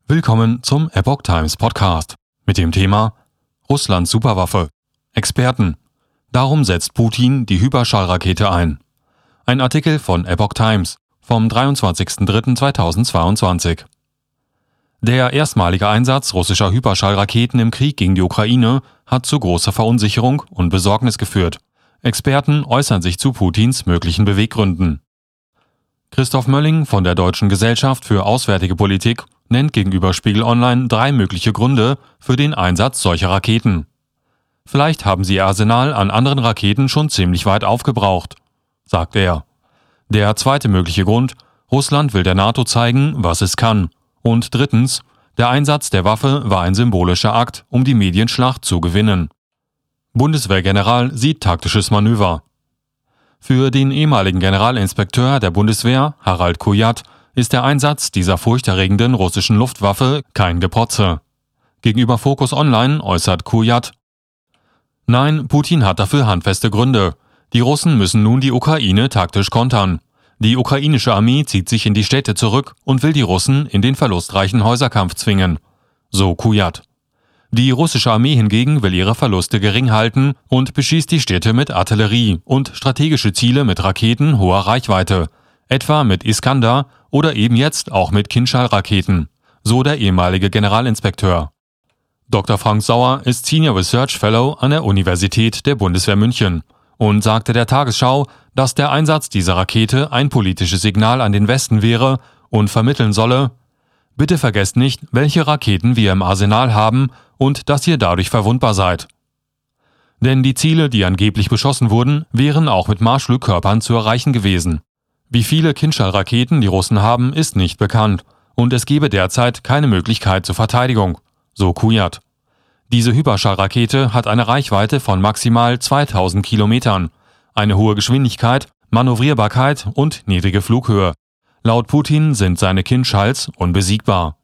Willkommen zum Epoch Times Podcast mit dem Thema Russlands Superwaffe. Experten. Darum setzt Putin die Hyperschallrakete ein. Ein Artikel von Epoch Times vom 23.03.2022. Der erstmalige Einsatz russischer Hyperschallraketen im Krieg gegen die Ukraine hat zu großer Verunsicherung und Besorgnis geführt. Experten äußern sich zu Putins möglichen Beweggründen. Christoph Mölling von der Deutschen Gesellschaft für Auswärtige Politik nennt gegenüber Spiegel Online 3 mögliche Gründe für den Einsatz solcher Raketen. Vielleicht haben sie ihr Arsenal an anderen Raketen schon ziemlich weit aufgebraucht, sagt er. Der zweite mögliche Grund: Russland will der NATO zeigen, was es kann. Und drittens: Der Einsatz der Waffe war ein symbolischer Akt, um die Medienschlacht zu gewinnen. Bundeswehrgeneral sieht taktisches Manöver. Für den ehemaligen Generalinspekteur der Bundeswehr, Harald Kujat, ist der Einsatz dieser furchterregenden russischen Luftwaffe kein Geprotze. Gegenüber Focus Online äußert Kujat: Nein, Putin hat dafür handfeste Gründe. Die Russen müssen nun die Ukraine taktisch kontern. Die ukrainische Armee zieht sich in die Städte zurück und will die Russen in den verlustreichen Häuserkampf zwingen. So Kujat. Die russische Armee hingegen will ihre Verluste gering halten und beschießt die Städte mit Artillerie und strategische Ziele mit Raketen hoher Reichweite, etwa mit Iskander oder eben jetzt auch mit Kinschall-Raketen, so der ehemalige Generalinspekteur. Dr. Frank Sauer ist Senior Research Fellow an der Universität der Bundeswehr München und sagte der Tagesschau, dass der Einsatz dieser Rakete ein politisches Signal an den Westen wäre und vermitteln solle: Bitte vergesst nicht, welche Raketen wir im Arsenal haben und dass ihr dadurch verwundbar seid. Denn die Ziele, die angeblich beschossen wurden, wären auch mit Marschflugkörpern zu erreichen gewesen. Wie viele Kinschall-Raketen die Russen haben, ist nicht bekannt und es gebe derzeit keine Möglichkeit zur Verteidigung, so Kujat. Diese Hyperschallrakete hat eine Reichweite von maximal 2000 Kilometern, eine hohe Geschwindigkeit, Manövrierbarkeit und niedrige Flughöhe. Laut Putin sind seine Kinschalls unbesiegbar.